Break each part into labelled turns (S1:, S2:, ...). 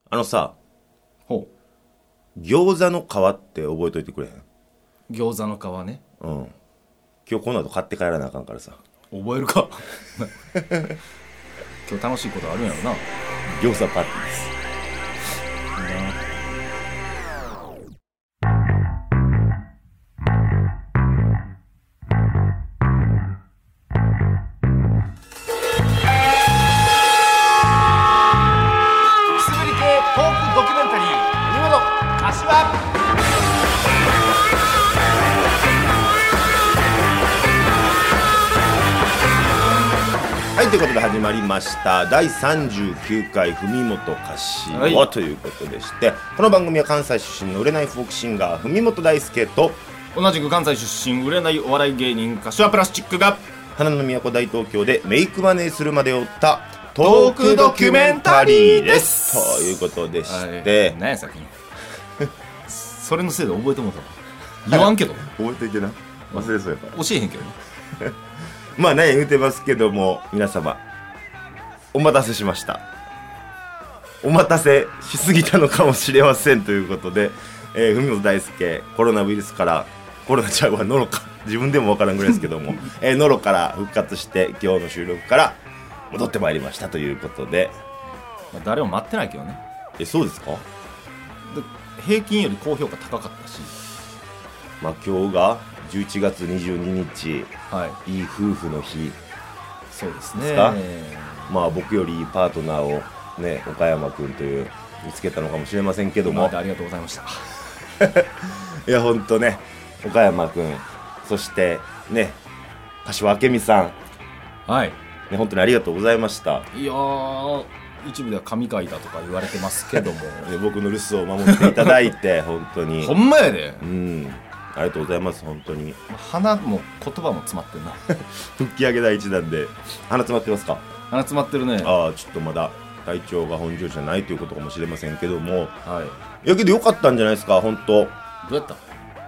S1: さ、
S2: ほ
S1: 餃子の皮って覚えといてくれへん？
S2: う。餃子の皮ね。
S1: うん。今日この後買って帰らなあかんからさ。
S2: 覚えるか。今日楽しいことあるんやろな。
S1: 餃子パーティーです。
S2: くすぶり系トークドキュメンタリー国本柏。
S1: はい、ということで始まりました第39回文元柏、
S2: はい、
S1: ということでして、この番組は関西出身の売れないフォークシンガー文元大輔と
S2: 同じく関西出身売れないお笑い芸人柏プラスチックが
S1: 花の都大東京でメイクマネーするまでを追ったトークドキュメンタリーですということでして、
S2: 何や先にそれのせいで覚えてもうたわ。言わんけど
S1: 覚えていけな、忘れそうやから
S2: 教えへんけどね。
S1: まあね、言うてますけども、皆様お待たせしました。お待たせしすぎたのかもしれませんということで、文本大輔コロナウイルスから、コロナちゃうわ、ノロか、自分でもわからんぐらいですけどもノロから復活して今日の収録から戻ってまいりましたということで、
S2: まあ、誰も待ってないけどね。
S1: そうですか？
S2: で平均より高評価高かったし、
S1: まあ今日が11月22日、
S2: はい、
S1: いい夫婦の日
S2: そうですね。
S1: ですか？まあ僕よりいいパートナーをね、岡山くんという見つけたのかもしれませんけども、
S2: ありがとうございました。
S1: いやほんとね、岡山くん、そしてね、柏明美さん、
S2: はい
S1: ね、本当にありがとうございました。
S2: いやー、一部では神回だとか言われてますけども
S1: 僕の留守を守っていただいて本当に
S2: ほんまやで、
S1: うん、ありがとうございます。本当に
S2: 鼻も言葉も詰まってるな
S1: 吹き上げ第一弾で鼻詰まってますか？
S2: 鼻詰まってるね。
S1: ああ、ちょっとまだ体調が本調子じゃないということかもしれませんけども、
S2: はい、
S1: やけどよかったんじゃないですか。本当
S2: どうやった？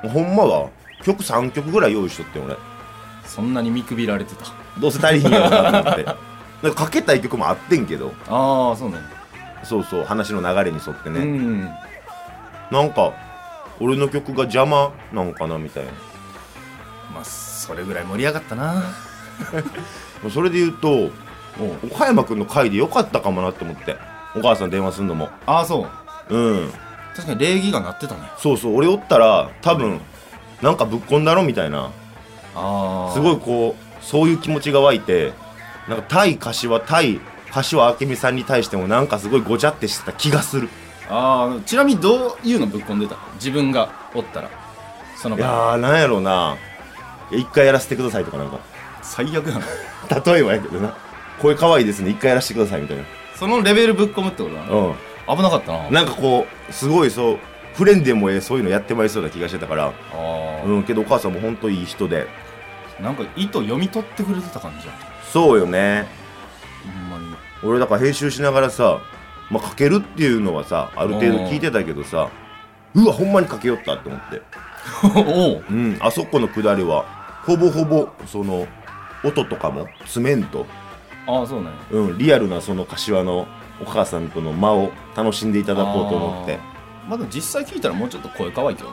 S1: ほんまは曲3曲ぐらい用意しとって俺。
S2: そんなに見くびられてた？
S1: どうせ足りひんやろなと思ってなんかかけたい曲もあってんけど、
S2: ああそうね、
S1: そうそう、話の流れに沿ってね、
S2: うん、
S1: なんか俺の曲が邪魔なんかなみたいな。
S2: まあそれぐらい盛り上がったな
S1: それで言うと岡山くんの回でよかったかもなって思って、お母さん電話すんのも。
S2: ああそう、
S1: うん、
S2: 確かに礼儀が鳴ってたね。
S1: そうそう、俺おったら多分なんかぶっこんだろみたいな、
S2: あ
S1: すごいこうそういう気持ちが湧いて、なんか対柏明美さんに対してもなんかすごいごちゃってしてた気がする。
S2: ああ、ちなみにどういうのぶっこんでた？自分がおったらその
S1: いやー、なんやろうな、一回やらせてくださいとか、なんか
S2: 最悪やな
S1: 例えばやけどな、声可愛いですね、一回やらせてくださいみたいな。
S2: そのレベルぶっ込むってことだな。
S1: うん、
S2: 危なかったな。
S1: なんかこうすごいそうフレンでもそういうのやってまいそうな気がしてたから。
S2: あ、
S1: うん、けどお母さんも本当いい人で、
S2: なんか意図読み取ってくれてた感じじゃん。
S1: そうよね。
S2: ほんまに
S1: 俺だから編集しながらさ、まあ、かけるっていうのはさある程度聞いてたけどさ、うわほんまにかけよったって思って
S2: おう、
S1: うん、あそこのくだりはほぼほぼその音とかも詰めんと、
S2: ああそうなんや、
S1: うん、リアルなその柏のお母さんとの間を楽しんでいただこうと思って。
S2: まだ実際聞いたらもうちょっと声可愛いけど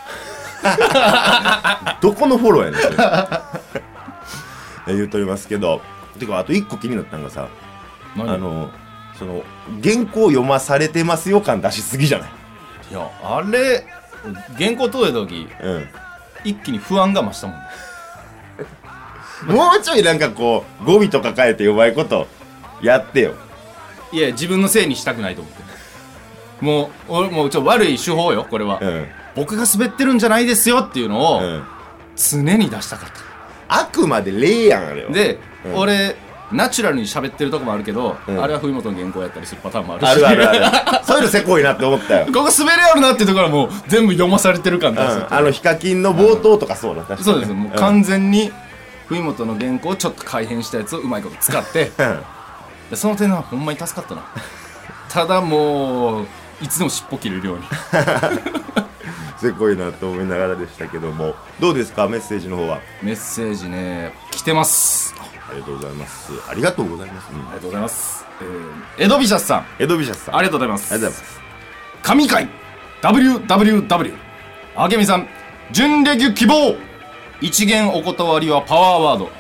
S1: どこのフォローやねんそれ言うとりますけど、てかあと一個気になったのがさ、その原稿読まされてますよ感出しすぎじゃない？
S2: いやあれ原稿届いた時、
S1: うん、
S2: 一気に不安が増したもんね
S1: もうちょいなんかこう語尾とか変えてうまいことやってよ。
S2: いや自分のせいにしたくないと思ってもう俺もうちょっと悪い手法よこれは、
S1: うん、
S2: 僕が滑ってるんじゃないですよっていうのを、
S1: うん、
S2: 常に出したかった。
S1: あくまで例やんあれは。
S2: で、
S1: うん、
S2: 俺ナチュラルに喋ってるとこもあるけど、
S1: うん、
S2: あれは文元の原稿やったりするパターンもあるし、
S1: あるあるあるそういうのせこいなって思ったよ
S2: ここ滑りあるなっていうところはもう全部読まされてる感出す、
S1: あのヒカキンの冒頭とかそうだ、確かに
S2: そうですもう完全に文元の原稿をちょっと改変したやつをうまいこと使ってでその点はほんまに助かったなただもういつでも尻尾切れるように
S1: せこいなと思いながらでしたけども、どうですかメッセージの方は。
S2: メッセージね来てます。
S1: ありがとうございます。ありがとうございます、
S2: ありがとうございます。 エドビシャスさん、
S1: エドビシャスさん、
S2: ありがとうございます。
S1: ありがとうございます。
S2: 神回 WWW あけみさん、準レギュ希望、一元お断りはパワーワード、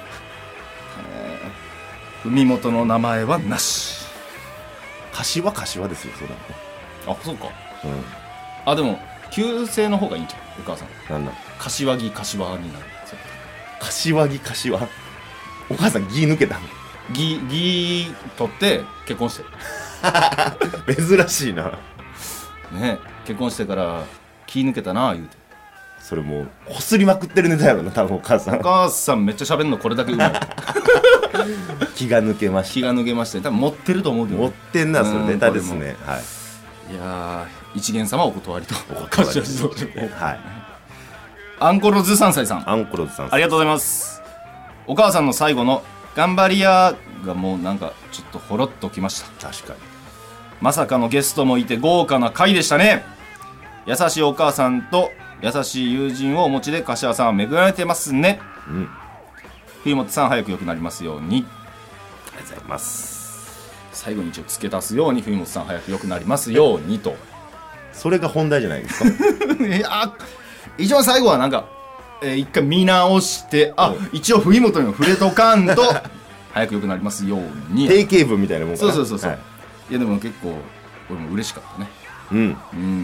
S2: 文元の名前はなし。
S1: 柏ですよ、そうだね。
S2: あ、そうか。
S1: うん。
S2: あ、でも旧姓の方がいいんじゃん、お母さん。
S1: なんだ、
S2: 柏木柏になる。
S1: 柏木柏、お母さんギ抜けたの。
S2: ギ取って結婚して
S1: 珍しいな。
S2: ね、結婚してから気抜けたな言うて。
S1: それもうこすりまくってるネタやろな、多分お母さん。
S2: お母さんめっちゃ喋るのこれだけうまい
S1: 気が抜けました。
S2: 気が抜けまして、多分持ってると思うけど、
S1: 持ってんな、それネタですね。はい。
S2: いやー、一元様お断りと。
S1: お断りです
S2: はい。アンコロズ3歳さん、
S1: アンコロズさん、
S2: ありがとうございます。お母さんの最後の頑張り屋がもうなんかちょっとほろっときました。
S1: 確かに。
S2: まさかのゲストもいて豪華な回でしたね。優しいお母さんと優しい友人をお持ちで柏さんは恵まれてますね。
S1: うん。
S2: 冬本さん早く良くなりますように。
S1: ありがとうございます。
S2: 最後に一応付け足すように、冬本さん早く良くなりますようにと。
S1: それが本題じゃないですか。
S2: いや、一番最後はなんか、一回見直して、あ、一応冬本にも触れとかんと早く良くなりますように。
S1: 定型文みたいなもんかな。
S2: そう、
S1: はい、
S2: いやでも結構俺も嬉しかったね。
S1: うん。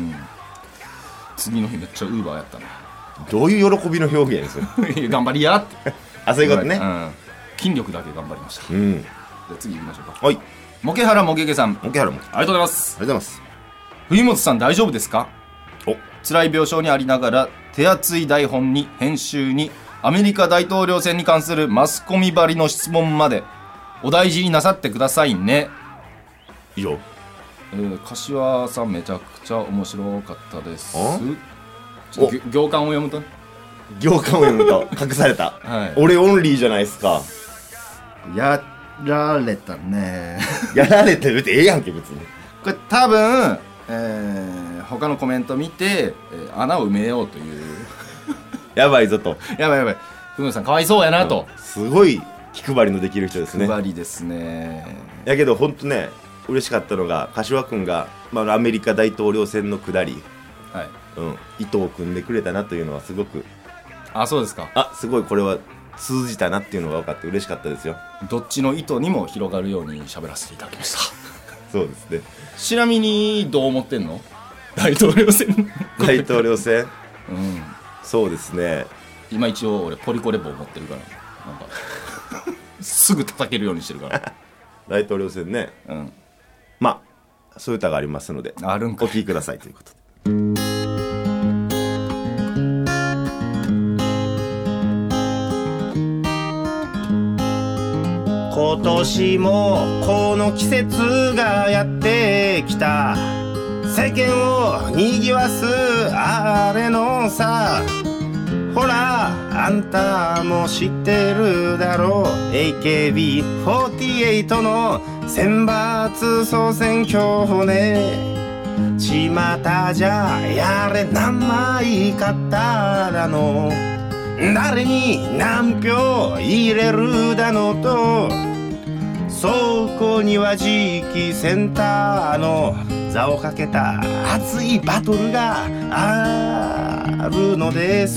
S2: 次の日めっちゃウーバーやったな。
S1: どういう喜びの表現ですよ。
S2: 頑張りやって
S1: あ、そういうことね。
S2: 筋力だけ頑張りました。
S1: うん。
S2: じゃあ次行きましょうか。
S1: はい。
S2: モケハラモケゲさん、
S1: モケハラも
S2: ありがとうございます。
S1: ありがとうございます。
S2: 冬本さん大丈夫ですか？
S1: お、
S2: 辛い病床にありながら手厚い台本に編集にアメリカ大統領選に関するマスコミばりの質問までお大事になさってくださいね。
S1: 以上。
S2: 柏さんめちゃくちゃ面白かったです。行間を読むとね。
S1: 行間を読むと隠された、
S2: はい、
S1: 俺オンリーじゃないですか。
S2: やられたね。
S1: やられてるってええやんけ別に。
S2: これ多分、他のコメント見て、穴を埋めようという。
S1: やばいぞと。
S2: やばいふむさんかわいそうやなと、
S1: すごい気配りのできる人ですね。
S2: 気配りですね。
S1: やけどほんとね、嬉しかったのが柏君が、アメリカ大統領選の下り、
S2: はい、
S1: 意図を組んでくれたなというのはすごく、
S2: あ、そうですか。
S1: すごいこれは通じたなっていうのが分かって嬉しかったですよ。
S2: どっちの意図にも広がるように喋らせていただきました。
S1: そうですね。
S2: ちなみにどう思ってんの？大統領選。
S1: 大統領選
S2: うん
S1: そうですね。
S2: 今一応俺ポリコレ棒持ってるからなんかすぐ叩けるようにしてるから
S1: 大統領選ね。そういう歌がありますので、
S2: あるんかい。
S1: お聴きくださいということで。今年もこの季節がやってきた。世間を賑わすあれのさ、ほらあんたも知ってるだろう。 AKB48 の選抜総選挙ね。巷じゃやれ何枚買っただの、誰に何票入れるだのと、そこには次期センターの座をかけた熱いバトルがあるのです。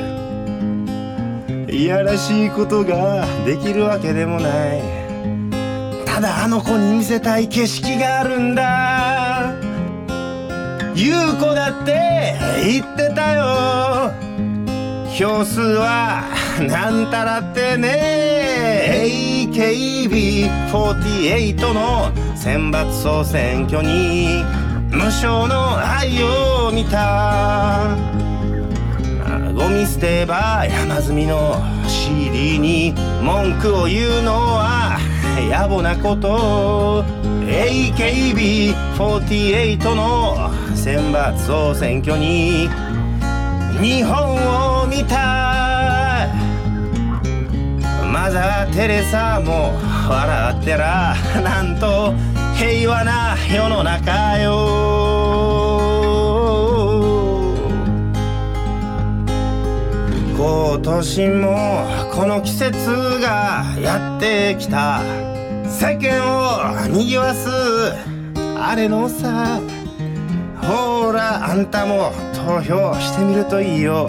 S1: いやらしいことができるわけでもない。ただあの子に見せたい景色があるんだ。優子だって言ってたよ。票数はなんたらってね。 AKB48 の選抜総選挙に無償の愛を見た。ゴミ捨て場山積みの CD に文句を言うのは野暮なこと。 AKB48 の選抜総選挙に日本を見た。マザー・テレサも笑ってら、なんと平和な世の中よ。今年もこの季節がやってきた。 世間を賑わすあれのさ、ほらあんたも投票してみるといいよ。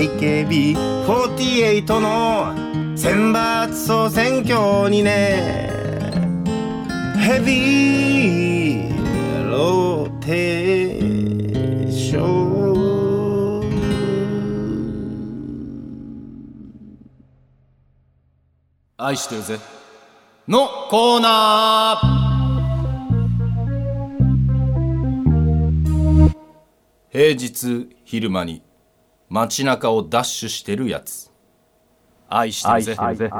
S1: AKB48 の選抜総選挙にね、ヘビーローテーション。
S2: 愛してるぜのコーナー。平日昼間に街中をダッシュしてるやつ、愛してるぜ。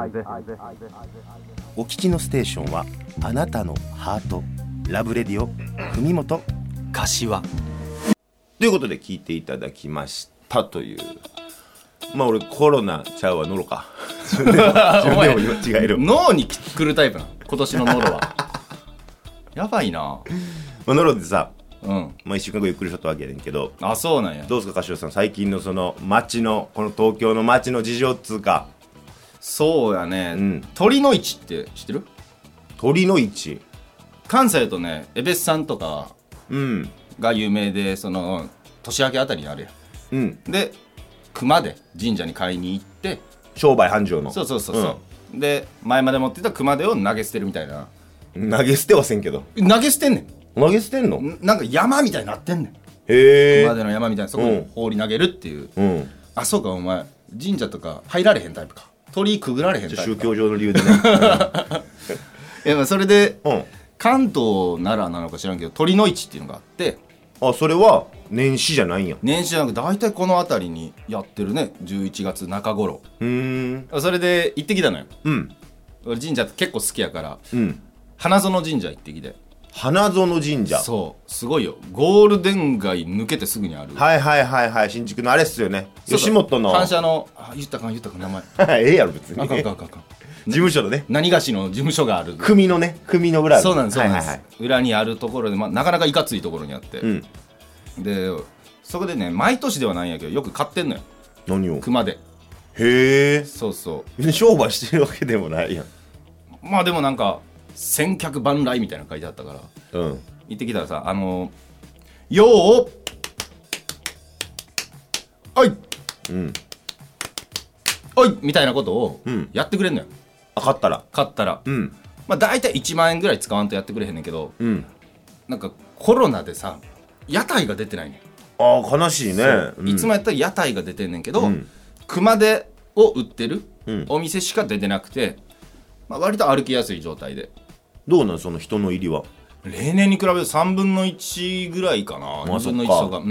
S1: お聞きのステーションはあなたのハートラブレディオ文元
S2: 柏
S1: ということで聞いていただきましたという。まあ俺コロナちゃうわノロか自分でも間違える。
S2: 脳に来るタイプな今年のノロはやばいな。
S1: まあ、ノロでさ、
S2: うん、
S1: まあ、1週間後ゆっくりしとったわけやねんけど、
S2: あ、そうなんや。
S1: どうですか柏さん、最近のその街のこの東京の街の事情っつうか。
S2: そうやね、
S1: うん、
S2: 鳥の市って知ってる？
S1: 鳥の市、
S2: 関西だとねエベスさんとか
S1: うん
S2: が有名で、その年明けあたりにあるやん、
S1: うん、
S2: で熊で神社に買いに行って、
S1: 商売繁盛の。
S2: そうそうそうそう、うん、で前まで持ってた熊手を投げ捨てるみたいな。
S1: 投げ捨てはせんけど。
S2: 投げ捨てんねん。
S1: 投げ捨てんの？
S2: なんか山みたいになってんねん。
S1: へえ。
S2: 熊手の山みたいな、そこに放り投げるっていう、
S1: うん、
S2: あ、そうか、お前神社とか入られへんタイプか。鳥居くぐられへんタイプか。
S1: 宗教上の理由でね
S2: いや、まあそれで、
S1: うん、
S2: 関東ならなのか知らんけど鳥の市っていうのがあって。
S1: あ、それは年始じゃないんや。
S2: 年始じゃなくて大体この辺りにやってるね、11月中頃。それで行ってきたのよ。
S1: うん、
S2: 俺神社って結構好きやから、
S1: うん、
S2: 花園神社行ってきて。
S1: 花園神社、
S2: そうすごいよ。ゴールデン街抜けてすぐにある。
S1: はいはいはいはい、新宿のあれっすよね。吉本の
S2: 反射の、あ、言ったか名前
S1: ええやろ別に。
S2: あかん事
S1: 務所のね、
S2: 何がしの事務所がある
S1: 組のね、組の裏。
S2: そうなんです、そうなんです、
S1: はいはいはい、
S2: 裏にあるところで、まあ、なかなかいかついところにあって、うん、でそこでね、毎年ではないんやけどよく買ってんのよ。
S1: 何を？
S2: 熊で。
S1: へえ。
S2: そうそう、
S1: 商売してるわけでもないやん。
S2: まあでもなんか千客万来みたいなの書いてあったから、
S1: うん、
S2: 行ってきたらさ、よーおい、うん、おいみたいなことをやってくれんのよ、
S1: うん、買った
S2: ら、
S1: うん、
S2: まあ大体1万円ぐらい使わんとやってくれへんねんけど、
S1: うん、
S2: なんかコロナでさ屋台が出てないねん。
S1: あー悲しいね、
S2: うん、いつもやったら屋台が出てんねんけど、うん、熊手を売ってるお店しか出てなくて、まあ、割と歩きやすい状態で。
S1: どうなんその人の入りは？
S2: 例年に比べると3分の1ぐらいかな、2分の1とか、うん、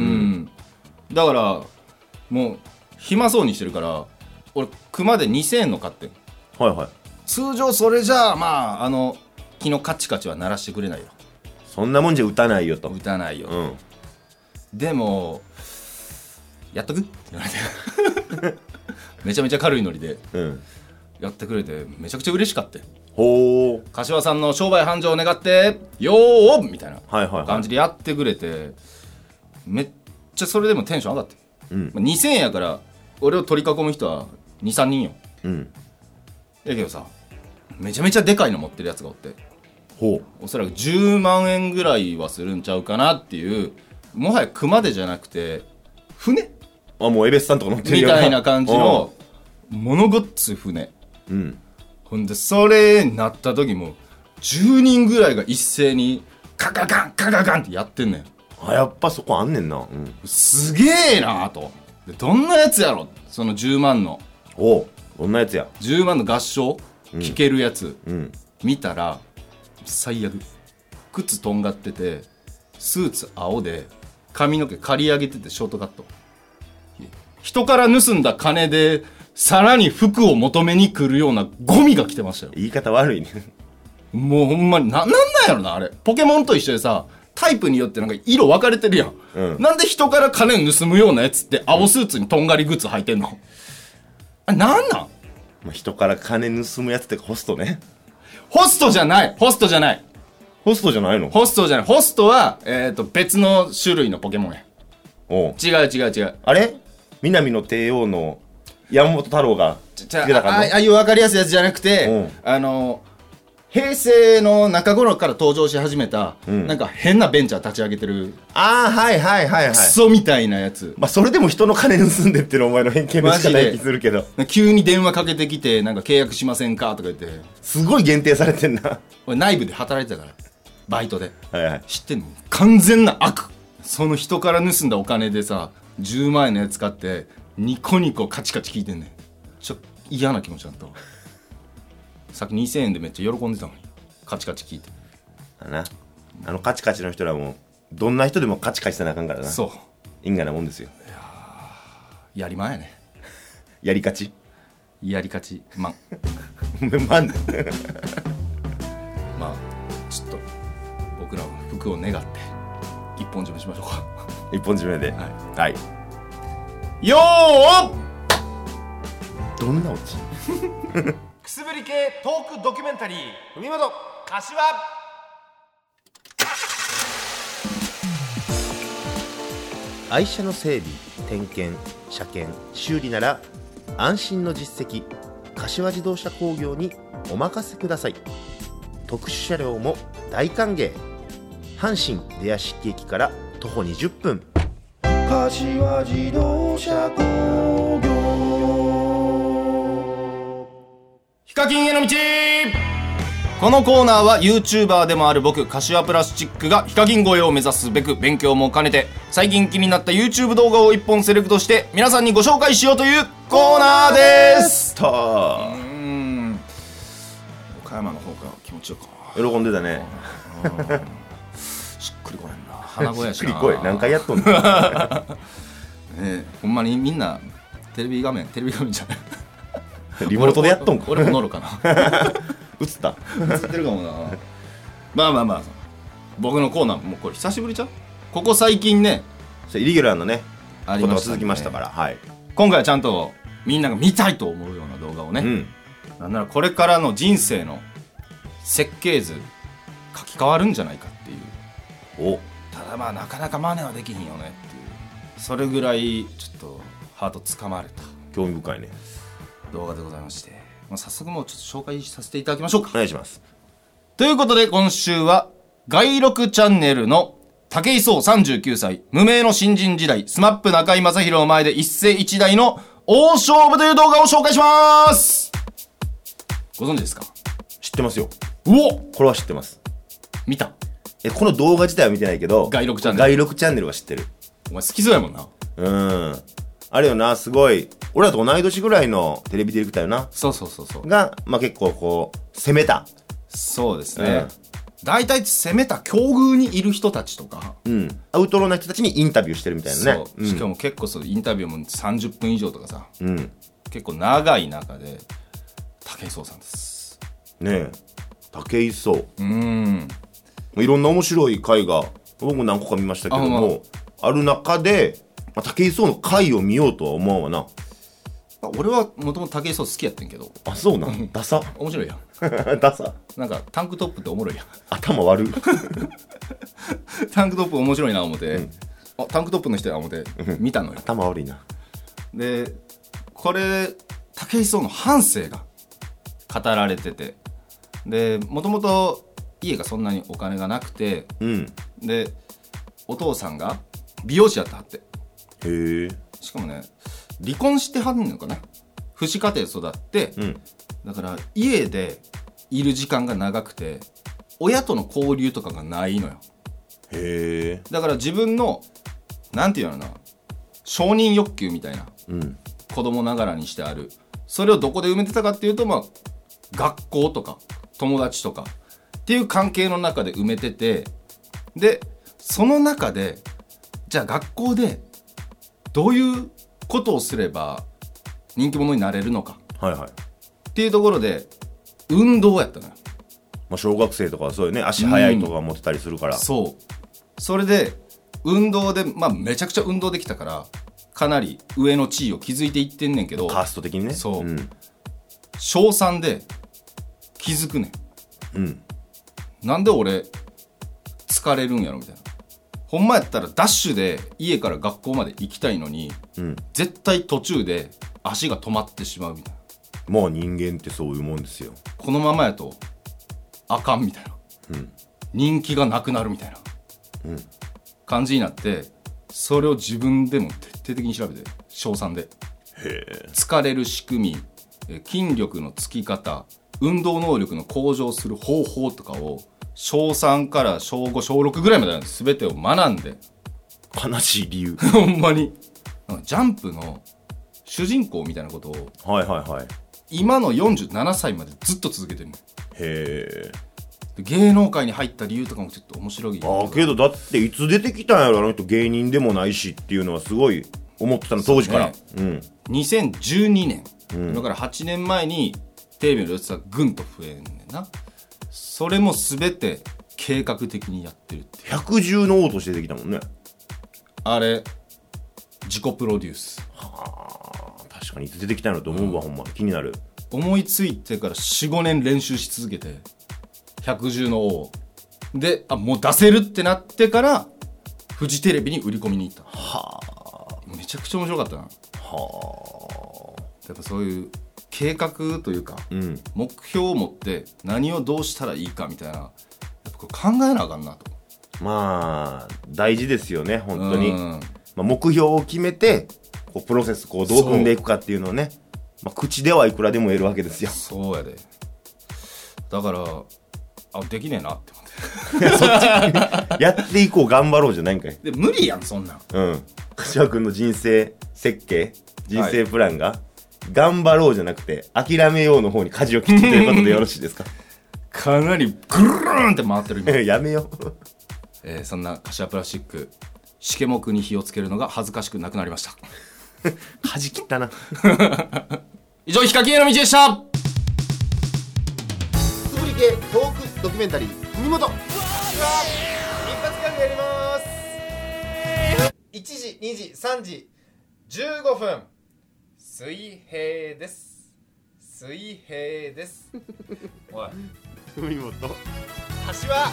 S2: だからもう暇そうにしてるから俺熊で2000円の買ってん。
S1: はいはい。
S2: 通常それじゃあまあ木のカチカチは鳴らしてくれないよ。
S1: そんなもんじゃ打たないよと。
S2: 打たないよ、
S1: うん、
S2: でもやっとくって言われてめちゃめちゃ軽いノリでやってくれてめちゃくちゃ嬉しかった。
S1: ほー、
S2: 柏さんの商売繁盛を願ってよーみたいな感じでやってくれて、はいはいはい、めっちゃそれでもテンション上がって、うん、2000円やから俺を取り囲む人は 2,3 人よ、うん、やけどさめちゃめちゃでかいの持ってるやつがおって、
S1: ほう、
S2: おそらく10万円ぐらいはするんちゃうかなっていう、もはや熊手じゃなくて船、
S1: あ、もうエベスさんとか乗ってる
S2: ようなみたいな感じのモノゴッツ船、うん、ほんでそれになった時も10人ぐらいが一斉にカカカンカカカンってやってんねん。
S1: あ、やっぱそこあんねんな、うん、
S2: すげえなと。でどんなやつやろ、その10万の、
S1: お、どんなやつや、
S2: 10万の合唱聴けるやつ、
S1: うん、
S2: 見たら最悪。靴とんがっててスーツ青で髪の毛刈り上げててショートカット、人から盗んだ金でさらに服を求めに来るようなゴミが来てましたよ。
S1: 言い方悪いね
S2: もうほんまになんなんやろなあれ。ポケモンと一緒でさタイプによってなんか色分かれてるやん、うん、なんで人から金を盗むようなやつって青スーツにとんがり靴履いてんの？あれなんなん？
S1: まあ、人から金盗むやつってホストね。
S2: ホストじゃない。ホストじゃないの？ホストじゃない。ホストは、別の種類のポケモンや。
S1: おう、
S2: 違う。
S1: あれ南の帝王の山本太郎が
S2: ああいう分かりやすいやつじゃなくて、 平成の中頃から登場し始めた、なんか変なベンチャー立ち上げてる、
S1: はい
S2: クソみたいなやつ。
S1: まあそれでも人の金盗んでってのお前の偏見でしかない気するけど、
S2: 急に電話かけてきて、なんか契約しませんかとか言って、
S1: すごい限定されてんな。
S2: 俺内部で働いてたから、バイトで、
S1: はい、
S2: 知ってんの？完全な悪。その人から盗んだお金でさ、10万円のやつ買ってニコニコカチカチ聞いてんねん。嫌な気持ちだった。さっき2000円でめっちゃ喜んでたのに、カチカチ聞いて。
S1: あのカチカチの人らもどんな人でもカチカチせなあかんからな。
S2: そう、
S1: 因果なもんですよ。
S2: やりまんやね。
S1: やりがちまんまん
S2: まあちょっと僕らは服を願って一本締めしましょうか。
S1: 一本締めで、はい、
S2: よー
S1: どんなオチ
S2: くすぶり系トークドキュメンタリー、海本柏。
S1: 愛車の整備、点検、車検、修理なら安心の実績、柏自動車工業にお任せください。特殊車両も大歓迎。阪神出屋敷駅から徒歩20分。柏自動車工業。
S2: ヒカキンへの道。このコーナーは YouTuber でもある僕、柏プラスチックがヒカキン超えを目指すべく勉強も兼ねて、最近気になった YouTube 動画を1本セレクトして皆さんにご紹介しようというコーナーです。岡山の方が気持ちよか
S1: 喜んでたね。
S2: しっくりこないな、鼻声やしな。
S1: しっくりこい、何回やっとんの
S2: ほんまにみんなテレビ画面じゃない
S1: リモートでやっとんか。
S2: 俺も乗るかな
S1: 映った
S2: 映ってるかもな。まあ僕のコーナーもこれ久しぶりちゃう？ここ最近ね、
S1: イレギュラーのね
S2: ことが
S1: 続きましたから、はい、
S2: 今回はちゃんとみんなが見たいと思うような動画をね、なんならこれからの人生の設計図書き換わるんじゃないかっていう。ただまあなかなか真似はできひんよねっていう、それぐらいちょっとハートつかまれた
S1: 興味深いね
S2: 動画でございまして、早速もうちょっと紹介させていただきましょうか。
S1: お願いします。
S2: ということで今週は外録チャンネルの武井壮39歳、無名の新人時代、SMAP 中居正広の前で一世一代の大勝負という動画を紹介します。ご存知ですか？
S1: 知ってますよ。
S2: うお、
S1: これは知ってます。
S2: 見た？
S1: この動画自体は見てないけど、
S2: 外録チャンネル
S1: は知ってる。
S2: お前好きそうやもんな。
S1: あれよな、すごい俺らと同い年ぐらいのテレビディレクターよな。
S2: そう
S1: が、まあ、結構こう攻めた。
S2: そうですね、大体攻めた境遇にいる人たちとか、
S1: アウトローな人たちにインタビューしてるみたいなね。
S2: そう、しかも結構インタビューも30分以上とかさ、結構長い中で武井壮さんです
S1: ね。え武井壮、いろんな面白い回が僕も何個か見ましたけども、ある中で、武井壮の回を見ようとは思わんわな。
S2: 俺はもともと武井壮好きやってんけど。
S1: あ、そうなん。ダサ
S2: 面白いや
S1: んダサ
S2: なんかタンクトップっておもろいやん。
S1: 頭悪い
S2: タンクトップ面白いな思って、タンクトップの人や思って見たのよ。
S1: 頭悪いな。
S2: でこれ武井壮の半生が語られてて、でもともと家がそんなにお金がなくて、でお父さんが美容師やったはって。
S1: へえ。
S2: しかもね、離婚してはんのかな。父子家庭育って、だから家でいる時間が長くて親との交流とかがないのよ。
S1: へえ。だ
S2: から自分のなんていうのな、承認欲求みたいな、子供ながらにしてある、それをどこで埋めてたかっていうと、学校とか友達とかっていう関係の中で埋めてて、でその中でじゃあ学校でどういうことをすれば人気者になれるのかっていうところで運動やったのよ。
S1: 小学生とかはそうよね、足速いとか持ってたりするから、
S2: それで運動で、めちゃくちゃ運動できたからかなり上の地位を築いていってんねんけど、
S1: カースト的にね。
S2: 小3で気づくねん、なんで俺疲れるんやろみたいな。ほんまやったらダッシュで家から学校まで行きたいのに、絶対途中で足が止まってしまうみたいな。
S1: もう人間ってそういうもんですよ。
S2: このままやとあかんみたいな、人気がなくなるみたいな、感じになって、それを自分でも徹底的に調べて、小3で疲れる仕組み、筋力のつき方、運動能力の向上する方法とかを小3から小5小6ぐらいまで全てを学んで、
S1: 悲しい理由
S2: ほんまにジャンプの主人公みたいなことを、今の47歳までずっと続けてるの。
S1: へ
S2: え。芸能界に入った理由とかもちょっと面白い。
S1: けどだっていつ出てきたんやろ、あの人芸人でもないしっていうのはすごい思ってたの、当時から、
S2: 2012年、だから8年前にテレビの露出がぐんと増えんねんな。それも全て計画的にやってるっていう。
S1: 百獣の王として出てきたもんね、
S2: あれ。自己プロデュース。
S1: 確かにいつ出てきたのと思うわ、ほんま気になる。
S2: 思いついてから 4,5 年練習し続けて、百獣の王でもう出せるってなってからフジテレビに売り込みに行った。めちゃくちゃ面白かったな。やっぱそういう計画というか、目標を持って何をどうしたらいいかみたいな、やっぱこれ考えなあかんなと。
S1: まあ大事ですよね、本当に。目標を決めてこうプロセスどう組んでいくかっていうのをね、口ではいくらでも言えるわけですよ。
S2: そうやで。だからできねえなって思って。
S1: そっちやっていこう、頑張ろうじゃないんかい。
S2: で無理やんそんなん。
S1: 柏君の人生設計、人生プランが、頑張ろうじゃなくて諦めようの方に舵を切ってということでよろしいですか？
S2: かなりぐるーんって回ってる今。
S1: やめよ
S2: う。そんな柏プラスチック、しけもくに火をつけるのが恥ずかしくなくなりました。
S1: 舵切ったな。
S2: 以上、ヒカキンへの道でした。
S1: つぶり系トークドキュメンタリー文元、一発ギャグやります。1時2時3時15分、
S2: 水平です。水平です。おい
S1: 文元、
S2: 柏。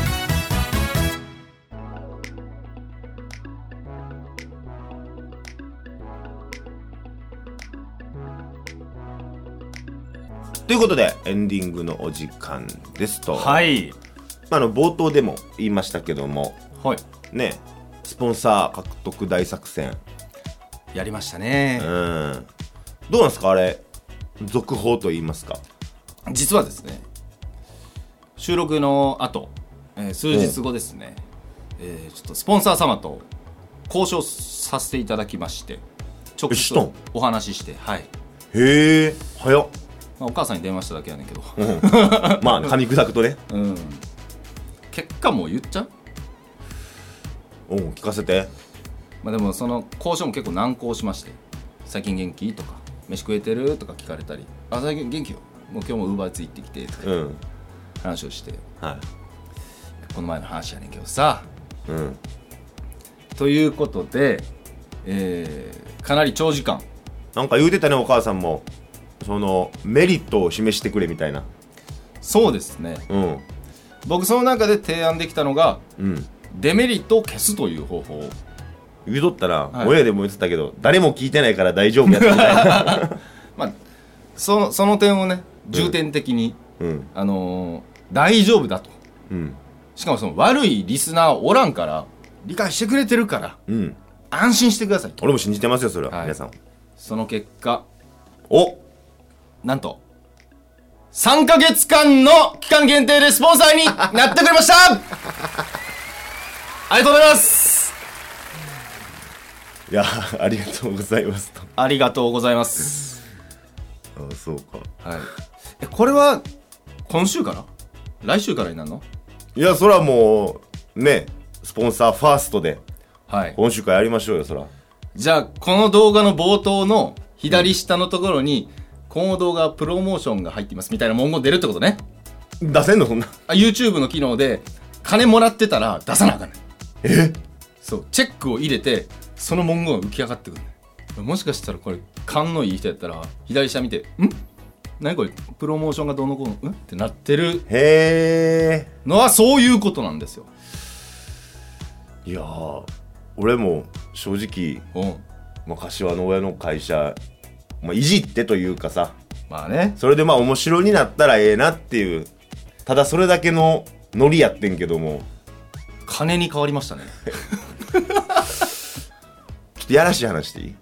S1: ということでエンディングのお時間ですと。
S2: はい。
S1: 冒頭でも言いましたけども、
S2: はい。
S1: ね、スポンサー獲得大作戦
S2: やりましたね。
S1: どうなんですかあれ、続報と言いますか。
S2: 実はですね、収録の後、数日後ですね、ちょっとスポンサー様と交渉させていただきまして、直接お話しして、はい。
S1: へえ、早っ。
S2: お母さんに電話しただけやねんけど、
S1: まあ噛み砕くとね、
S2: 結果もう言っちゃう。
S1: 聞かせて。
S2: でもその交渉も結構難航しまして、最近元気とか飯食えてるとか聞かれたり、最近元気よ、もう今日もウーバーイーツ行ってきてとか、話をして、この前の話やねんけどさ、ということで、かなり長時間
S1: なんか言うてたね、お母さんもそのメリットを示してくれみたいな。
S2: そうですね、僕その中で提案できたのが、デメリットを消すという方法を
S1: 言うとったら、親でも言ってたけど誰も聞いてないから大丈夫やったみたいな。
S2: その点をね、重点的に、大丈夫だと、しかもその悪いリスナーおらんから理解してくれてるから、安心してください。
S1: 俺も信じてますよ、それは、皆さん。そ
S2: の結果、なんと3ヶ月間の期間限定でスポンサーになってくれました。ありがとうございます。
S1: いや、ありがとうございますと。
S2: ありがとうございます。
S1: そうか。
S2: これは今週から来週からになるの？
S1: いや、それはもうね、スポンサーファーストで、今週からやりましょうよ、そら。
S2: じゃあこの動画の冒頭の左下のところに、この動画プロモーションが入っていますみたいな文言出るってことね。
S1: 出せんのそんな。
S2: YouTube の機能で金もらってたら出さなあかんねん。そう、チェックを入れてその文言が浮き上がってくるねん。もしかしたらこれ勘のいい人やったら左下見て、何これプロモーションがどうのこうのってなってるのはそういうことなんですよ。
S1: いや俺も正直、柏の親の会社、いじってというかさ、
S2: まあね、
S1: それで面白になったらええなっていうただそれだけのノリやってんけども
S2: 金に変わりましたね
S1: ちょっとやらしい話していい？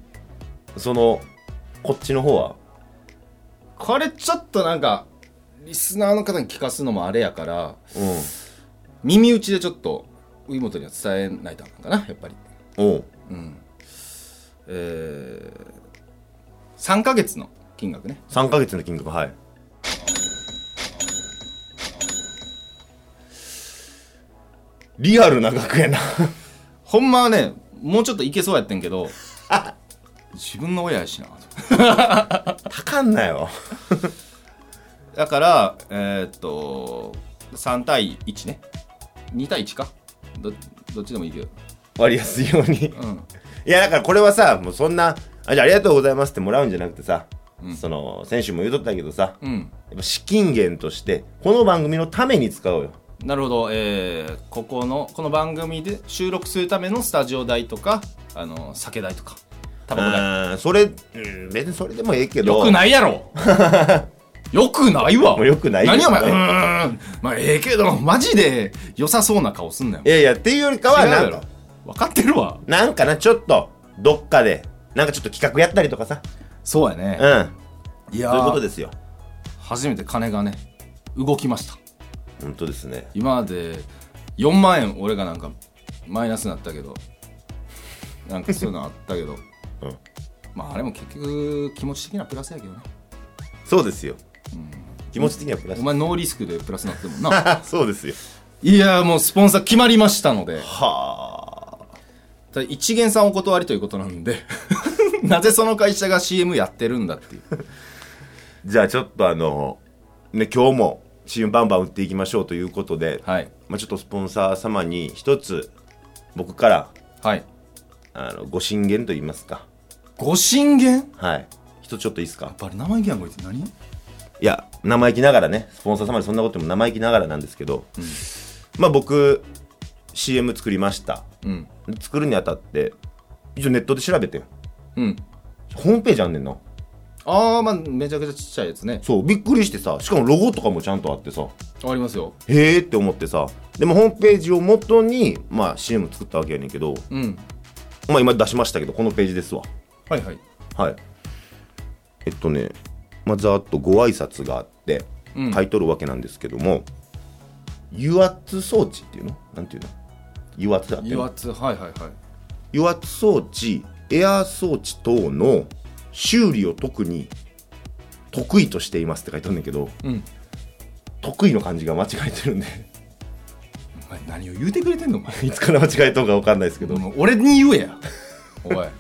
S1: こっちの方は
S2: これちょっとなんかリスナーの方に聞かすのもあれやから、耳打ちでちょっと上本には伝えないとかなやっぱり。3ヶ月の金額ね。
S1: 3ヶ月の金額、はい。リアルな額やな
S2: ほんまはねもうちょっといけそうやってんけど自分の親やしな
S1: 高んなよ
S2: だから3対1ね2対1か どっちでもいいけど
S1: 割りやすいように、いやだからこれはさもうそんなじゃあありがとうございますってもらうんじゃなくてさ、選手も言うとったけどさ、やっぱ資金源としてこの番組のために使おうよ。
S2: なるほど、この番組で収録するためのスタジオ代とか酒代とかタバコ代
S1: それ、別にそれでもええけど
S2: よくないやろよくないわ
S1: もうよくない
S2: 何お前まあええけどマジで良さそうな顔すんなよ。
S1: いやいやっていうよりかはなんか
S2: 分かってるわ
S1: なんかなちょっとどっかでなんかちょっと企画やったりとかさ
S2: そうやねいや
S1: そういうことですよ。
S2: 初めて金がね動きました。
S1: 本当ですね。
S2: 今まで4万円俺がなんかマイナスになったけどなんかそういうのあったけど、まああれも結局気持ち的なプラスやけどね。
S1: そうですよ、気持ち的にはプラス。
S2: お前ノーリスクでプラスになってるもんな
S1: そうですよ。
S2: いやもうスポンサー決まりましたので
S1: はあ
S2: ただ一元さんお断りということなんでなぜその会社が CM やってるんだっていう
S1: じゃあちょっと今日もCM バンバン打っていきましょうということで、ちょっとスポンサー様に一つ僕からご進言と言いますか。
S2: ご進言？
S1: 一つちょっといいですか。
S2: やっぱり生意気やんこいつ何？
S1: いや生意気ながらねスポンサー様にそんなことも生意気ながらなんですけど、僕 CM 作りました、作るにあたって一応ネットで調べて、ホームページあんねんな。
S2: まあめちゃくちゃちっちゃいやつね。
S1: そうびっくりしてさ、しかもロゴとかもちゃんとあってさ
S2: ありますよ。
S1: へーって思ってさ、でもホームページを元にCM 作ったわけやねんけど、今出しましたけどこのページですわ。はいざっとご挨拶があって、書いとるわけなんですけども、油圧装置っていうのなんていうの、油圧だって
S2: 油圧
S1: 油圧装置エアー装置等の修理を特に得意としていますって書いてあるんだけど、得意の漢字が間違えてるんで
S2: お前何を言うてくれてんのお前
S1: いつから間違えとんか分かんないですけど、
S2: 俺に言えやおい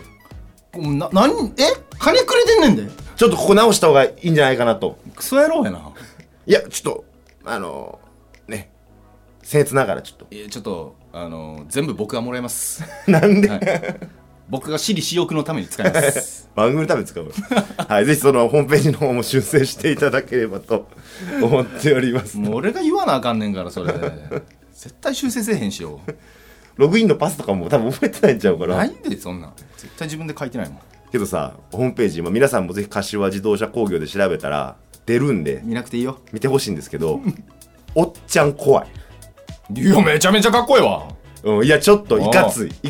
S2: 金くれてんねんで。
S1: ちょっとここ直した方がいいんじゃないかなと。
S2: クソ野郎やな。
S1: いやちょっと僭越ながらちょっと
S2: 全部僕がもらいます
S1: なんで、
S2: 僕が私利私欲のために使います
S1: 番組のために使うぜひそのホームページの方も修正していただければと思っております
S2: もう俺が言わなあかんねんからそれ絶対修正せえへんしよ
S1: ログインのパスとかも多分覚えてないんちゃうから
S2: ないんでそんなん絶対自分で書いてないもん
S1: けどさ、ホームページ、皆さんもぜひ柏自動車工業で調べたら出るんで
S2: 見なくていいよ、
S1: 見てほしいんですけどおっちゃん怖い。
S2: いやめちゃめちゃかっこいいわ。
S1: いやちょっといかつい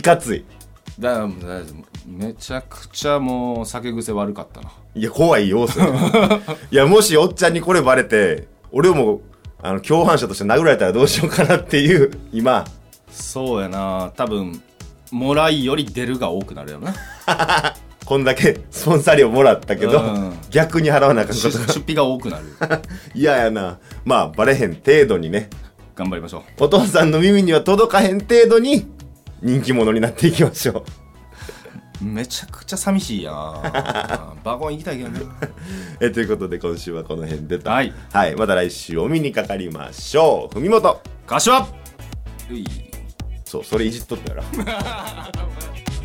S2: めちゃくちゃもう酒癖悪かったな。
S1: いや怖い要素いやもしおっちゃんにこれバレて俺も共犯者として殴られたらどうしようかなっていう今。
S2: そうやな、多分もらいより出るが多くなるよな
S1: こんだけスポンサー料もらったけど、逆に払わなあかんこと
S2: 出費が多くなる
S1: 嫌やな。バレへん程度にね
S2: 頑張りましょう。
S1: お父さんの耳には届かへん程度に人気者になっていきましょ
S2: うめちゃくちゃ寂しいやんバコン行きたいけどな
S1: ということで今週はこの辺でと、また来週お見にかかりましょう。文元
S2: 柏
S1: そうそれいじっとったやろ